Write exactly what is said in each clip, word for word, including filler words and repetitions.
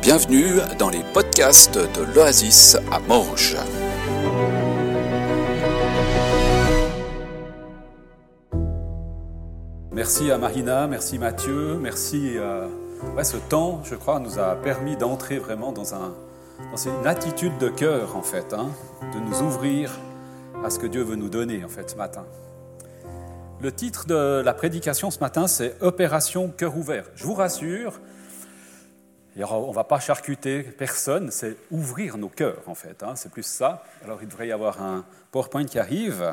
Bienvenue dans les podcasts de l'Oasis à Morges. Merci à Marina, merci Mathieu, merci. Euh, ouais, ce temps, je crois, nous a permis d'entrer vraiment dans, un, dans une attitude de cœur, en fait, hein, de nous ouvrir à ce que Dieu veut nous donner, en fait, ce matin. Le titre de la prédication ce matin, c'est « Opération cœur ouvert ». Je vous rassure, on ne va pas charcuter personne, c'est ouvrir nos cœurs, en fait, hein, c'est plus ça. Alors, il devrait y avoir un PowerPoint qui arrive.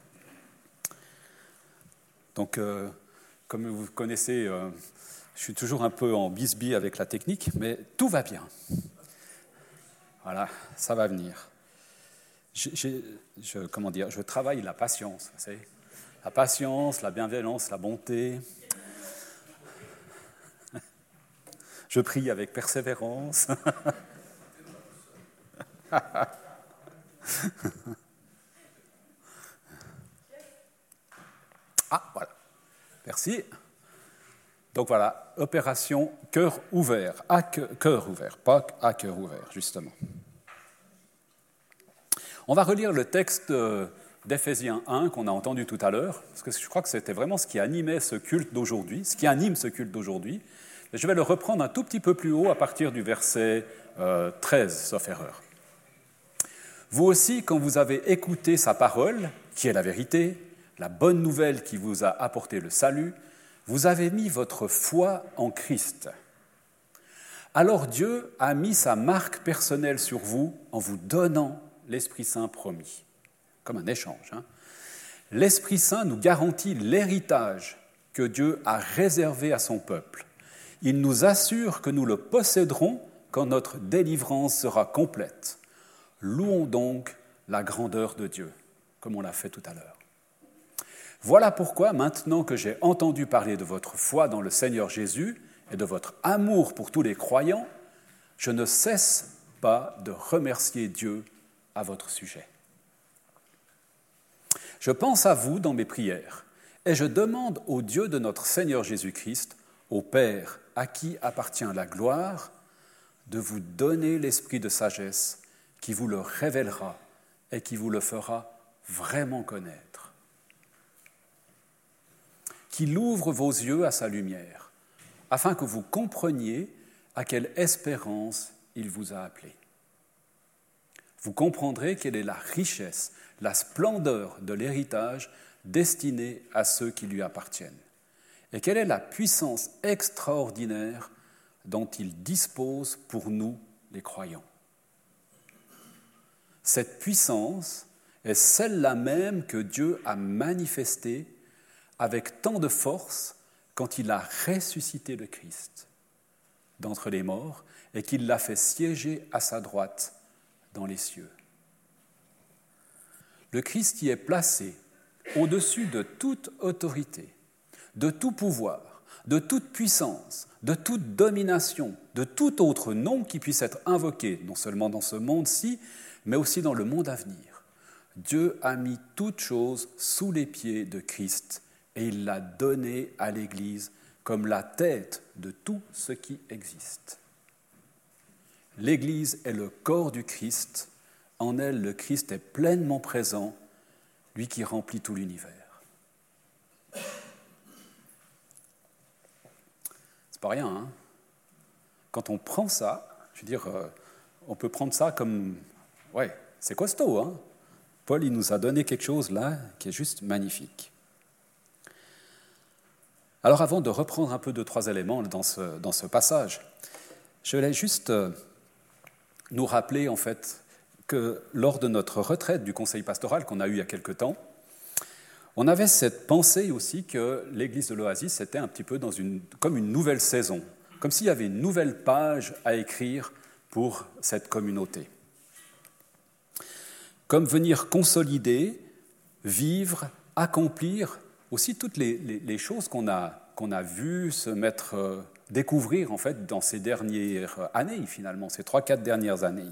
Donc, euh, comme vous connaissez, euh, je suis toujours un peu en bisbille avec la technique, mais tout va bien. Voilà, ça va venir. J'ai, j'ai, je, comment dire, je travaille la patience, vous savez. La patience, la bienveillance, la bonté. Je prie avec persévérance. Ah, voilà. Merci. Donc voilà, opération cœur ouvert, à cœur ouvert, pas à cœur ouvert, justement. On va relire le texte d'Éphésiens un qu'on a entendu tout à l'heure, parce que je crois que c'était vraiment ce qui animait ce culte d'aujourd'hui, ce qui anime ce culte d'aujourd'hui. Et je vais le reprendre un tout petit peu plus haut à partir du verset euh, treize, sauf erreur. Vous aussi, quand vous avez écouté sa parole, qui est la vérité, la bonne nouvelle qui vous a apporté le salut, vous avez mis votre foi en Christ. Alors Dieu a mis sa marque personnelle sur vous en vous donnant l'Esprit Saint promis, comme un échange. Hein. L'Esprit Saint nous garantit l'héritage que Dieu a réservé à son peuple. Il nous assure que nous le posséderons quand notre délivrance sera complète. Louons donc la grandeur de Dieu, comme on l'a fait tout à l'heure. Voilà pourquoi, maintenant que j'ai entendu parler de votre foi dans le Seigneur Jésus et de votre amour pour tous les croyants, je ne cesse pas de remercier Dieu à votre sujet. Je pense à vous dans mes prières et je demande au Dieu de notre Seigneur Jésus-Christ, au Père à qui appartient la gloire, de vous donner l'esprit de sagesse qui vous le révélera et qui vous le fera vraiment connaître. Qu'il ouvre vos yeux à sa lumière, afin que vous compreniez à quelle espérance il vous a appelé. Vous comprendrez quelle est la richesse, la splendeur de l'héritage destiné à ceux qui lui appartiennent. Et quelle est la puissance extraordinaire dont il dispose pour nous, les croyants. Cette puissance est celle-là même que Dieu a manifestée avec tant de force quand il a ressuscité le Christ d'entre les morts et qu'il l'a fait siéger à sa droite dans les cieux. Le Christ y est placé au-dessus de toute autorité, de tout pouvoir, de toute puissance, de toute domination, de tout autre nom qui puisse être invoqué, non seulement dans ce monde-ci, mais aussi dans le monde à venir. Dieu a mis toutes choses sous les pieds de Christ et il l'a donné à l'Église comme la tête de tout ce qui existe. L'Église est le corps du Christ, en elle le Christ est pleinement présent, lui qui remplit tout l'univers. C'est pas rien, hein. Quand on prend ça, je veux dire, euh, on peut prendre ça comme, ouais, c'est costaud, hein. Paul, il nous a donné quelque chose là qui est juste magnifique. Alors, avant de reprendre un peu deux, trois éléments dans ce, dans ce passage, je voulais juste euh, nous rappeler en fait que lors de notre retraite du conseil pastoral qu'on a eu il y a quelque temps, on avait cette pensée aussi que l'église de l'Oasis était un petit peu dans une, comme une nouvelle saison, comme s'il y avait une nouvelle page à écrire pour cette communauté. Comme venir consolider, vivre, accomplir aussi toutes les, les, les choses qu'on a, qu'on a vues se mettre, euh, découvrir en fait dans ces dernières années finalement, ces trois, quatre dernières années.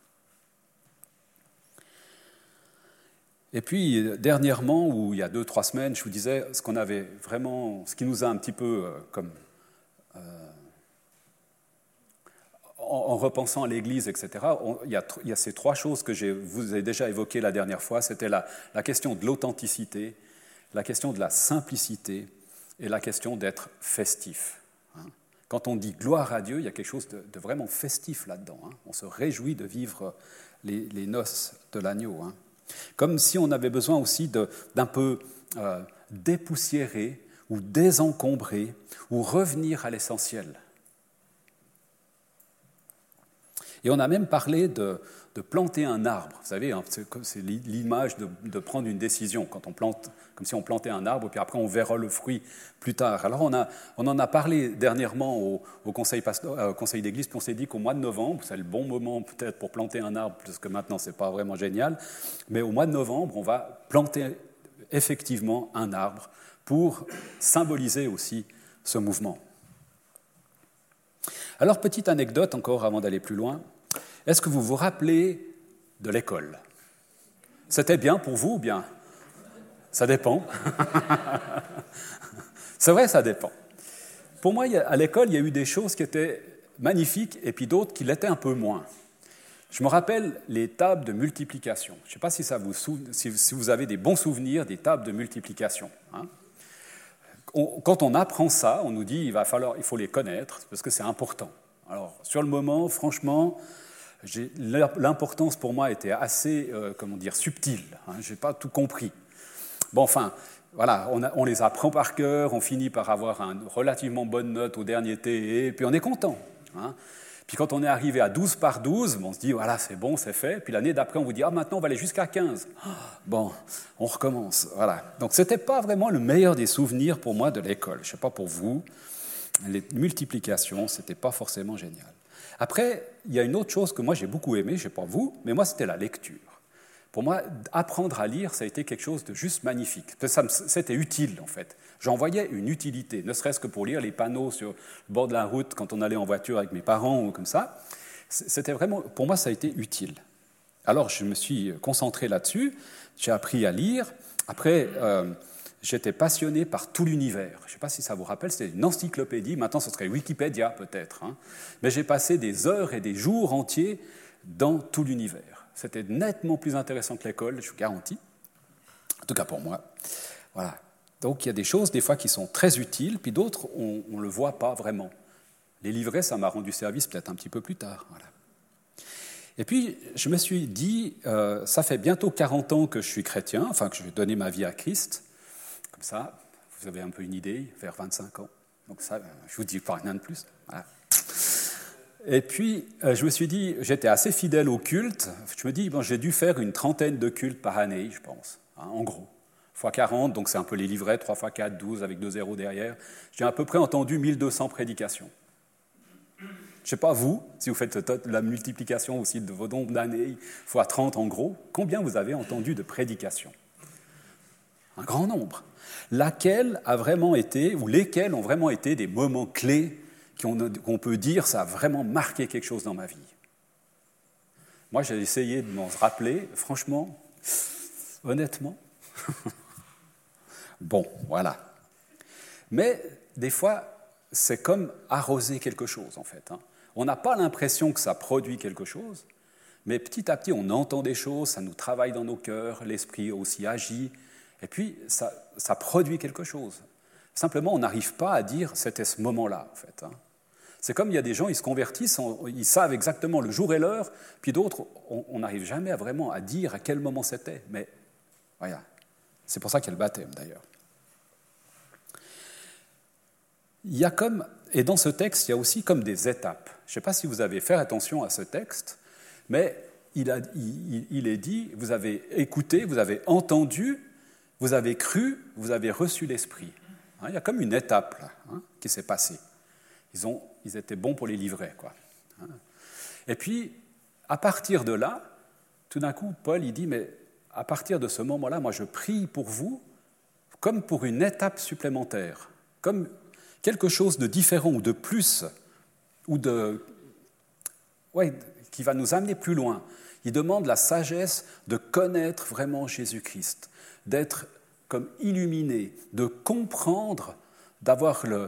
Et puis, dernièrement, ou il y a deux, trois semaines, je vous disais ce qu'on avait vraiment, ce qui nous a un petit peu euh, comme euh, en repensant à l'Église, et cetera, on, il, y a, il y a ces trois choses que je vous ai déjà évoquées la dernière fois. C'était la, la question de l'authenticité, la question de la simplicité et la question d'être festif. Hein. Quand on dit gloire à Dieu, il y a quelque chose de, de vraiment festif là-dedans. Hein. On se réjouit de vivre les, les noces de l'agneau. Hein. Comme si on avait besoin aussi de, d'un peu euh, dépoussiérer ou désencombrer ou revenir à l'essentiel. Et on a même parlé de, de planter un arbre. Vous savez, hein, c'est, c'est l'image de, de prendre une décision, quand on plante, comme si on plantait un arbre, puis après on verra le fruit plus tard. Alors on, a, on en a parlé dernièrement au, au, conseil, pasto- euh, au conseil d'église, puis on s'est dit qu'au mois de novembre, c'est le bon moment peut-être pour planter un arbre, parce que maintenant ce n'est pas vraiment génial, mais au mois de novembre, on va planter effectivement un arbre pour symboliser aussi ce mouvement. Alors, petite anecdote encore avant d'aller plus loin. Est-ce que vous vous rappelez de l'école ? C'était bien pour vous ou bien ? Ça dépend. C'est vrai, ça dépend. Pour moi, à l'école, il y a eu des choses qui étaient magnifiques et puis d'autres qui l'étaient un peu moins. Je me rappelle les tables de multiplication. Je ne sais pas si, ça vous souv... si vous avez des bons souvenirs des tables de multiplication. Hein. On, quand on apprend ça, on nous dit il va falloir, il faut les connaître parce que c'est important. Alors, sur le moment, franchement, j'ai, l'importance pour moi était assez, euh, comment dire, subtile. Hein, je n'ai pas tout compris. Bon, enfin, voilà, on, a, on les apprend par cœur, on finit par avoir une relativement bonne note au dernier T, et puis on est content. Hein. Puis quand on est arrivé à douze par douze, on se dit, voilà, c'est bon, c'est fait. Puis l'année d'après, on vous dit, ah, maintenant, on va aller jusqu'à quinze. Bon, on recommence. Voilà. Donc, ce n'était pas vraiment le meilleur des souvenirs pour moi de l'école. Je ne sais pas pour vous. Les multiplications, ce n'était pas forcément génial. Après, il y a une autre chose que moi, j'ai beaucoup aimé, je ne sais pas vous, mais moi, c'était la lecture. Pour moi, apprendre à lire, ça a été quelque chose de juste magnifique. Ça, c'était utile, en fait. J'en voyais une utilité, ne serait-ce que pour lire les panneaux sur le bord de la route quand on allait en voiture avec mes parents ou comme ça. C'était vraiment, pour moi, ça a été utile. Alors, je me suis concentré là-dessus, j'ai appris à lire. Après, euh, j'étais passionné par tout l'univers. Je ne sais pas si ça vous rappelle, c'était une encyclopédie. Maintenant, ce serait Wikipédia, peut-être. Hein. Mais j'ai passé des heures et des jours entiers dans tout l'univers. C'était nettement plus intéressant que l'école, je vous garantis. En tout cas pour moi. Voilà. Donc il y a des choses, des fois, qui sont très utiles, puis d'autres, on ne le voit pas vraiment. Les livrets, ça m'a rendu service peut-être un petit peu plus tard. Voilà. Et puis, je me suis dit, euh, ça fait bientôt quarante ans que je suis chrétien, enfin que je vais donner ma vie à Christ. Comme ça, vous avez un peu une idée, vers vingt-cinq ans. Donc ça, je vous dis pas rien de plus. Voilà. Et puis, euh, je me suis dit, j'étais assez fidèle au culte. Je me dis, bon, j'ai dû faire une trentaine de cultes par année, je pense, hein, en gros. fois quarante, donc c'est un peu les livrets, trois fois quatre, douze, avec deux zéros derrière. J'ai à peu près entendu mille deux cents prédications. Je ne sais pas vous, si vous faites la multiplication aussi de vos nombres d'années, fois trente en gros, combien vous avez entendu de prédications ? Un grand nombre. Laquelle a vraiment été, ou lesquels ont vraiment été des moments clés qu'on peut dire, ça a vraiment marqué quelque chose dans ma vie. Moi, j'ai essayé de m'en rappeler, franchement, honnêtement. Bon, voilà. Mais des fois, c'est comme arroser quelque chose, en fait. Hein. On n'a pas l'impression que ça produit quelque chose, mais petit à petit, on entend des choses, ça nous travaille dans nos cœurs, l'esprit aussi agit, et puis ça, ça produit quelque chose. Simplement, on n'arrive pas à dire « c'était ce moment-là », en fait. Hein. C'est comme il y a des gens, ils se convertissent, ils savent exactement le jour et l'heure, puis d'autres, on n'arrive jamais à vraiment à dire à quel moment c'était. Mais voilà, c'est pour ça qu'il y a le baptême d'ailleurs. Il y a comme, et dans ce texte, il y a aussi comme des étapes. Je ne sais pas si vous avez fait attention à ce texte, mais il, a, il, il est dit, vous avez écouté, vous avez entendu, vous avez cru, vous avez reçu l'Esprit. Hein, il y a comme une étape là, hein, qui s'est passée. Ils, ont, ils étaient bons pour les livrets, quoi. Et puis, à partir de là, tout d'un coup, Paul, il dit, mais à partir de ce moment-là, moi, je prie pour vous comme pour une étape supplémentaire, comme quelque chose de différent ou de plus, ou de, ouais, qui va nous amener plus loin. Il demande la sagesse de connaître vraiment Jésus-Christ, d'être comme illuminé, de comprendre, d'avoir le...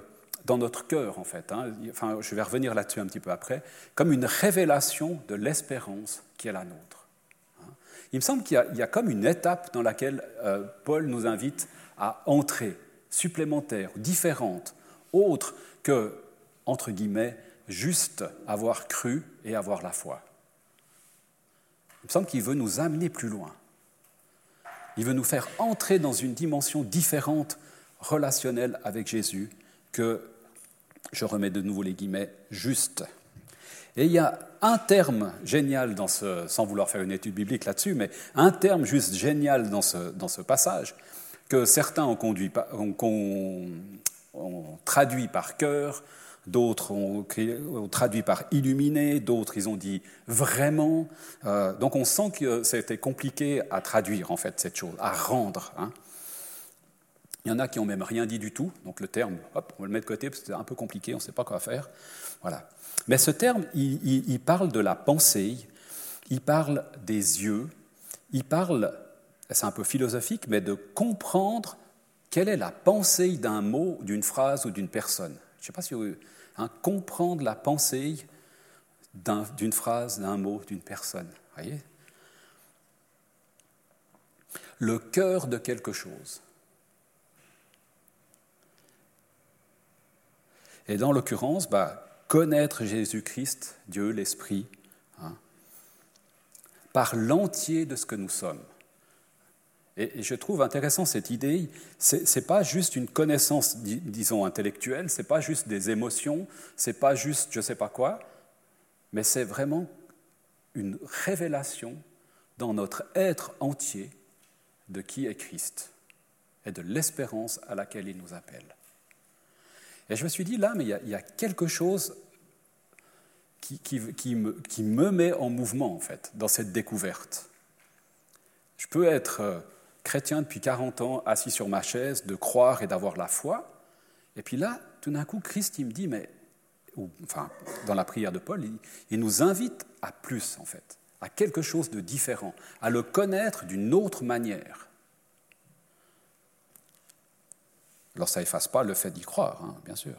dans notre cœur, en fait, hein, enfin, je vais revenir là-dessus un petit peu après, comme une révélation de l'espérance qui est la nôtre. Hein. Il me semble qu'il y a, il y a comme une étape dans laquelle euh, Paul nous invite à entrer, supplémentaire, différente, autre que, entre guillemets, juste avoir cru et avoir la foi. Il me semble qu'il veut nous amener plus loin. Il veut nous faire entrer dans une dimension différente, relationnelle avec Jésus, que, je remets de nouveau les guillemets, juste. Et il y a un terme génial, dans ce, sans vouloir faire une étude biblique là-dessus, mais un terme juste génial dans ce, dans ce passage, que certains ont, conduit, ont, ont, ont traduit par cœur, d'autres ont, ont traduit par illuminé, d'autres ils ont dit vraiment. Euh, donc on sent que c'était compliqué à traduire en fait cette chose, à rendre. Hein. Il y en a qui n'ont même rien dit du tout, donc le terme, hop, on va le mettre de côté parce que c'est un peu compliqué, on ne sait pas quoi faire. Voilà. Mais ce terme, il, il, il parle de la pensée, il parle des yeux, il parle, c'est un peu philosophique, mais de comprendre quelle est la pensée d'un mot, d'une phrase ou d'une personne. Je ne sais pas si vous... Hein, comprendre la pensée d'un, d'une phrase, d'un mot, d'une personne. Voyez ? Le cœur de quelque chose. Et dans l'occurrence, bah, connaître Jésus-Christ, Dieu, l'Esprit, hein, par l'entier de ce que nous sommes. Et, et je trouve intéressant cette idée, ce n'est pas juste une connaissance, dis, disons, intellectuelle, ce n'est pas juste des émotions, ce n'est pas juste je ne sais pas quoi, mais c'est vraiment une révélation dans notre être entier de qui est Christ et de l'espérance à laquelle il nous appelle. Et je me suis dit, là, mais il y a, il y a quelque chose qui, qui, qui, me, qui me met en mouvement, en fait, dans cette découverte. Je peux être euh, chrétien depuis quarante ans, assis sur ma chaise, de croire et d'avoir la foi, et puis là, tout d'un coup, Christ, il me dit, mais, ou, enfin, dans la prière de Paul, il, il nous invite à plus, en fait, à quelque chose de différent, à le connaître d'une autre manière. Alors ça n'efface pas le fait d'y croire, hein, bien sûr.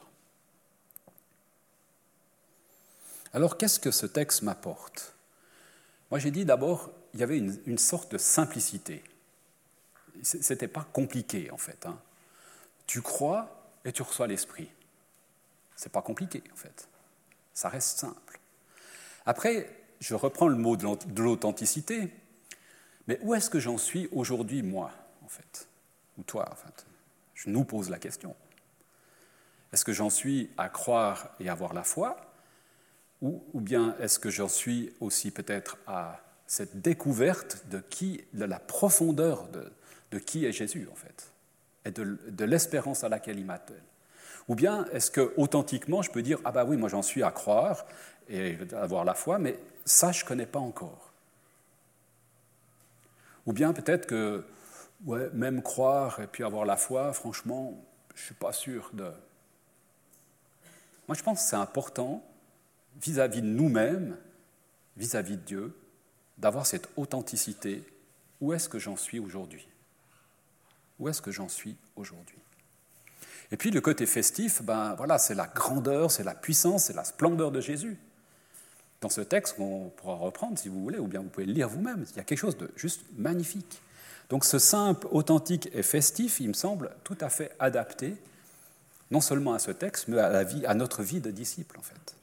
Alors qu'est-ce que ce texte m'apporte ? Moi j'ai dit d'abord, il y avait une, une sorte de simplicité. Ce n'était pas compliqué en fait. Hein. Tu crois et tu reçois l'Esprit. Ce n'est pas compliqué en fait. Ça reste simple. Après, je reprends le mot de l'authenticité, mais où est-ce que j'en suis aujourd'hui moi en fait ? Ou toi en fait ? Je nous pose la question. Est-ce que j'en suis à croire et avoir la foi ? Ou, ou bien est-ce que j'en suis aussi peut-être à cette découverte de, qui, de la profondeur de, de qui est Jésus, en fait, et de, de l'espérance à laquelle il m'appelle ? Ou bien est-ce que authentiquement je peux dire « Ah bah oui, moi j'en suis à croire et avoir la foi, mais ça je ne connais pas encore. » Ou bien peut-être que ouais, même croire et puis avoir la foi, franchement, je ne suis pas sûr de... Moi, je pense que c'est important, vis-à-vis de nous-mêmes, vis-à-vis de Dieu, d'avoir cette authenticité. Où est-ce que j'en suis aujourd'hui ? Où est-ce que j'en suis aujourd'hui ? Et puis, le côté festif, ben, voilà, c'est la grandeur, c'est la puissance, c'est la splendeur de Jésus. Dans ce texte, on pourra reprendre, si vous voulez, ou bien vous pouvez le lire vous-même. Il y a quelque chose de juste magnifique. Donc ce simple, authentique et festif, il me semble tout à fait adapté, non seulement à ce texte, mais à, la vie, à notre vie de disciple, en fait.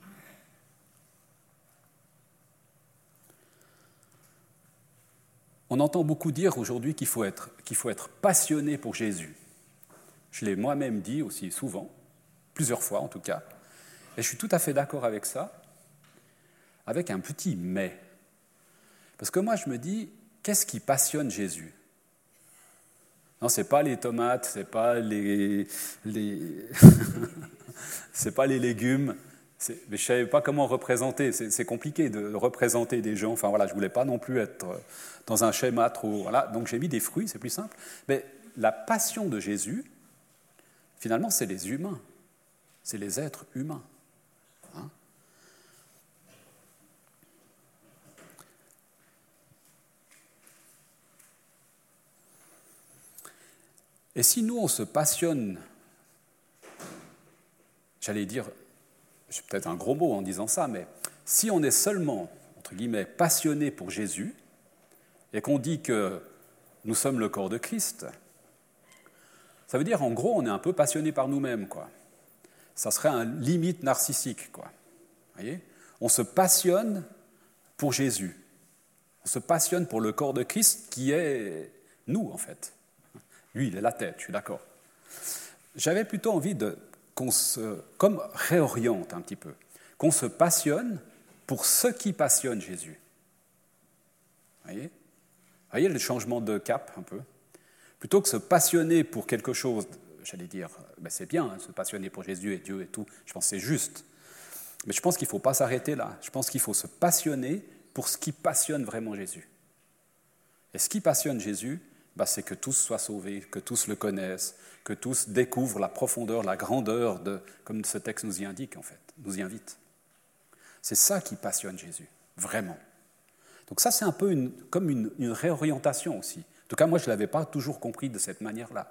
On entend beaucoup dire aujourd'hui qu'il faut être, qu'il faut être passionné pour Jésus. Je l'ai moi-même dit aussi souvent, plusieurs fois en tout cas, et je suis tout à fait d'accord avec ça, avec un petit « mais ». Parce que moi je me dis, qu'est-ce qui passionne Jésus ? Non, ce n'est pas les tomates, ce n'est pas les, les... c'est pas les légumes. C'est... Mais je ne savais pas comment représenter. C'est, c'est compliqué de représenter des gens. Enfin voilà, je ne voulais pas non plus être dans un schéma trop... Voilà. Donc j'ai mis des fruits, c'est plus simple. Mais la passion de Jésus, finalement, c'est les humains. C'est les êtres humains. Hein ? Et si nous, on se passionne j'allais dire, c'est peut-être un gros mot en disant ça, mais si on est seulement, entre guillemets, passionné pour Jésus, et qu'on dit que nous sommes le corps de Christ, ça veut dire, en gros, on est un peu passionné par nous-mêmes, quoi. Ça serait un limite narcissique, quoi. Voyez ? On se passionne pour Jésus. On se passionne pour le corps de Christ qui est nous, en fait. Lui, il est la tête, je suis d'accord. J'avais plutôt envie de, qu'on se, comme réoriente un petit peu, qu'on se passionne pour ce qui passionne Jésus. Voyez ? Voyez le changement de cap, un peu ? Plutôt que se passionner pour quelque chose, j'allais dire, ben c'est bien, hein, se passionner pour Jésus et Dieu et tout, je pense que c'est juste. Mais je pense qu'il ne faut pas s'arrêter là. Je pense qu'il faut se passionner pour ce qui passionne vraiment Jésus. Et ce qui passionne Jésus, ben c'est que tous soient sauvés, que tous le connaissent, que tous découvrent la profondeur, la grandeur, de, comme ce texte nous y indique en fait, nous y invite. C'est ça qui passionne Jésus, vraiment. Donc ça, c'est un peu une, comme une, une réorientation aussi. En tout cas, moi, je ne l'avais pas toujours compris de cette manière-là.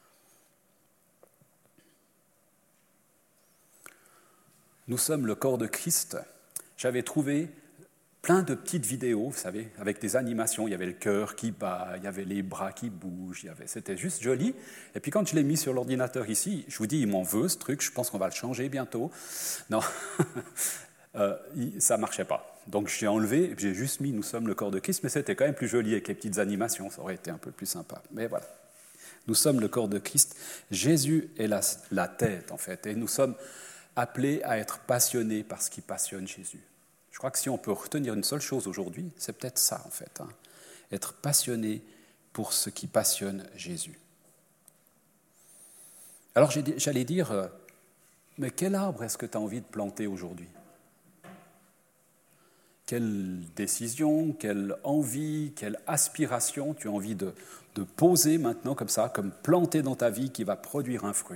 Nous sommes le corps de Christ. J'avais trouvé plein de petites vidéos, vous savez, avec des animations. Il y avait le cœur qui bat, il y avait les bras qui bougent, il y avait... c'était juste joli. Et puis quand je l'ai mis sur l'ordinateur ici, je vous dis, il m'en veut ce truc, je pense qu'on va le changer bientôt. Non, euh, ça ne marchait pas. Donc j'ai enlevé, et j'ai juste mis « Nous sommes le corps de Christ », mais c'était quand même plus joli avec les petites animations, ça aurait été un peu plus sympa. Mais voilà, nous sommes le corps de Christ. Jésus est la, la tête, en fait, et nous sommes appelés à être passionnés par ce qui passionne Jésus. Je crois que si on peut retenir une seule chose aujourd'hui, c'est peut-être ça, en fait, hein, être passionné pour ce qui passionne Jésus. Alors j'allais dire, mais quel arbre est-ce que tu as envie de planter aujourd'hui ? Quelle décision, quelle envie, quelle aspiration tu as envie de, de poser maintenant comme ça, comme planter dans ta vie qui va produire un fruit ?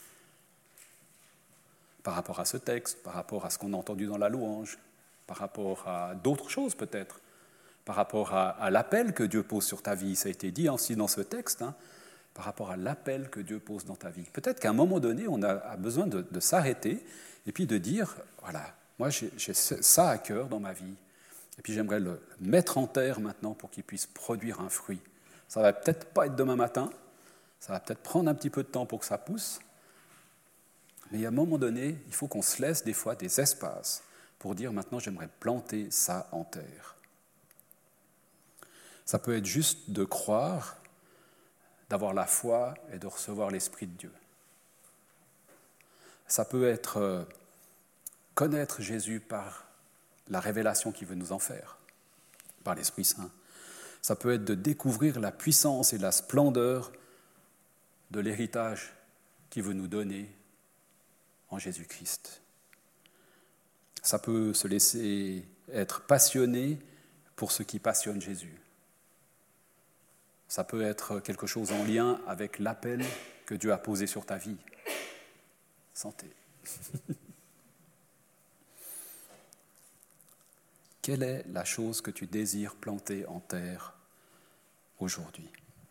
Par rapport à ce texte, par rapport à ce qu'on a entendu dans la louange, par rapport à d'autres choses peut-être, par rapport à, à l'appel que Dieu pose sur ta vie, ça a été dit aussi dans ce texte, hein, par rapport à l'appel que Dieu pose dans ta vie. Peut-être qu'à un moment donné, on a, a besoin de, de s'arrêter et puis de dire, voilà, moi j'ai, j'ai ça à cœur dans ma vie, et puis j'aimerais le mettre en terre maintenant pour qu'il puisse produire un fruit. Ça ne va peut-être pas être demain matin, ça va peut-être prendre un petit peu de temps pour que ça pousse, mais à un moment donné, il faut qu'on se laisse des fois des espaces pour dire maintenant j'aimerais planter ça en terre. Ça peut être juste de croire, d'avoir la foi et de recevoir l'Esprit de Dieu. Ça peut être euh, connaître Jésus par la révélation qu'il veut nous en faire, par l'Esprit Saint. Ça peut être de découvrir la puissance et la splendeur de l'héritage qu'il veut nous donner en Jésus-Christ. Ça peut se laisser être passionné pour ce qui passionne Jésus. Ça peut être quelque chose en lien avec l'appel que Dieu a posé sur ta vie. Santé. Quelle est la chose que tu désires planter en terre aujourd'hui ?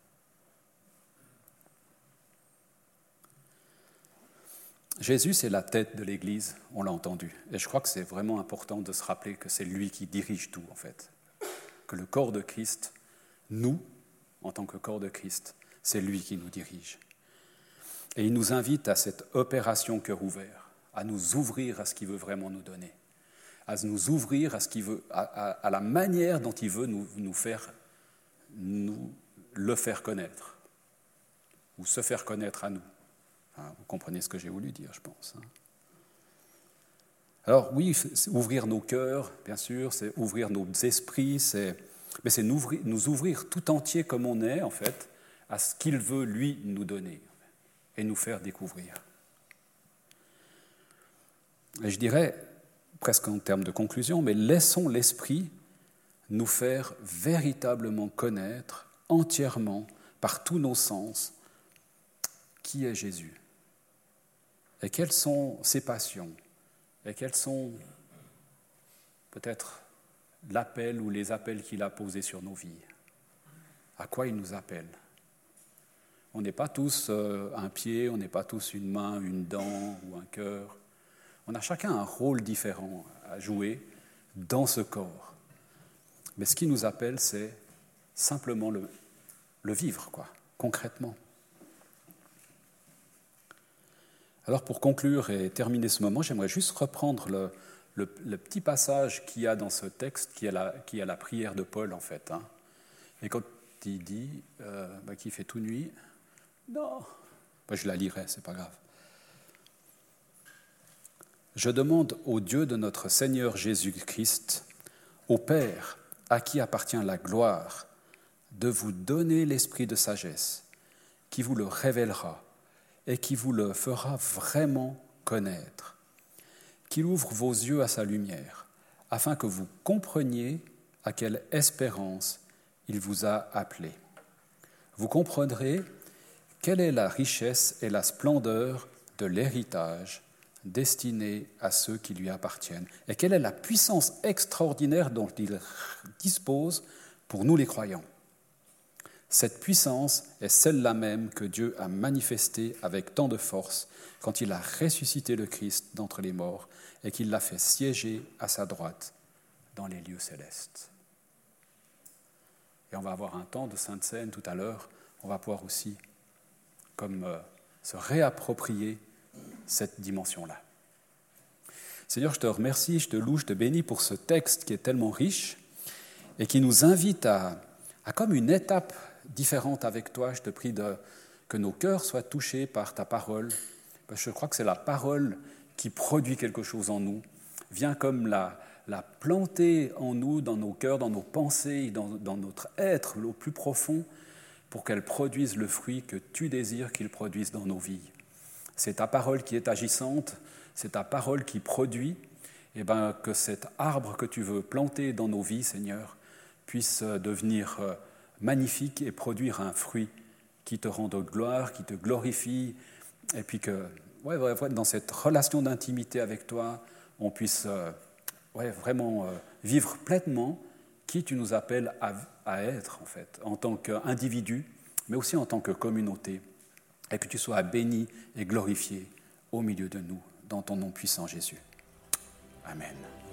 Jésus, c'est la tête de l'Église, on l'a entendu. Et je crois que c'est vraiment important de se rappeler que c'est lui qui dirige tout, en fait. Que le corps de Christ, nous, en tant que corps de Christ, c'est lui qui nous dirige. Et il nous invite à cette opération cœur ouvert, à nous ouvrir à ce qu'il veut vraiment nous donner, à nous ouvrir à, ce qu'il veut, à, à, à la manière dont il veut nous, nous faire, nous le faire connaître, ou se faire connaître à nous. Enfin, vous comprenez ce que j'ai voulu dire, je pense. Alors oui, c'est ouvrir nos cœurs, bien sûr, c'est ouvrir nos esprits, c'est, mais c'est nous ouvrir, nous ouvrir tout entier comme on est, en fait, à ce qu'il veut, lui, nous donner et nous faire découvrir. Et je dirais, presque en termes de conclusion, mais laissons l'Esprit nous faire véritablement connaître entièrement, par tous nos sens, qui est Jésus. Et quelles sont ses passions, et quels sont peut-être l'appel ou les appels qu'il a posés sur nos vies. À quoi il nous appelle ? On n'est pas tous un pied, on n'est pas tous une main, une dent ou un cœur. On a chacun un rôle différent à jouer dans ce corps. Mais ce qui nous appelle, c'est simplement le, le vivre, quoi, concrètement. Alors pour conclure et terminer ce moment, j'aimerais juste reprendre le, le, le petit passage qu'il y a dans ce texte, qui est la, qui est la prière de Paul, en fait. Hein. Et quand il dit euh, bah, qu'il fait tout nuit, non, bah, je la lirai, c'est pas grave. Je demande au Dieu de notre Seigneur Jésus-Christ, au Père, à qui appartient la gloire, de vous donner l'esprit de sagesse, qui vous le révélera et qui vous le fera vraiment connaître, qu'il ouvre vos yeux à sa lumière, afin que vous compreniez à quelle espérance il vous a appelé. Vous comprendrez quelle est la richesse et la splendeur de l'héritage destiné à ceux qui lui appartiennent, et quelle est la puissance extraordinaire dont il dispose pour nous les croyants. Cette puissance est celle-là même que Dieu a manifestée avec tant de force quand il a ressuscité le Christ d'entre les morts et qu'il l'a fait siéger à sa droite dans les lieux célestes. Et on va avoir un temps de Sainte Seine tout à l'heure, on va pouvoir aussi comme euh, se réapproprier cette dimension-là. Seigneur, je te remercie, je te loue, je te bénis pour ce texte qui est tellement riche et qui nous invite à, à comme une étape différente avec toi. Je te prie de, que nos cœurs soient touchés par ta parole, parce que je crois que c'est la parole qui produit quelque chose en nous, vient comme la, la planter en nous, dans nos cœurs, dans nos pensées, dans, dans notre être le plus profond, pour qu'elle produise le fruit que tu désires qu'il produise dans nos vies. C'est ta parole qui est agissante, c'est ta parole qui produit, et ben que cet arbre que tu veux planter dans nos vies, Seigneur, puisse devenir magnifique et produire un fruit qui te rende gloire, qui te glorifie, et puis que, ouais, ouais, dans cette relation d'intimité avec toi, on puisse euh, ouais, vraiment euh, vivre pleinement qui tu nous appelles à, à être, en fait, en tant qu'individu, mais aussi en tant que communauté, et que tu sois béni et glorifié au milieu de nous, dans ton nom puissant, Jésus. Amen.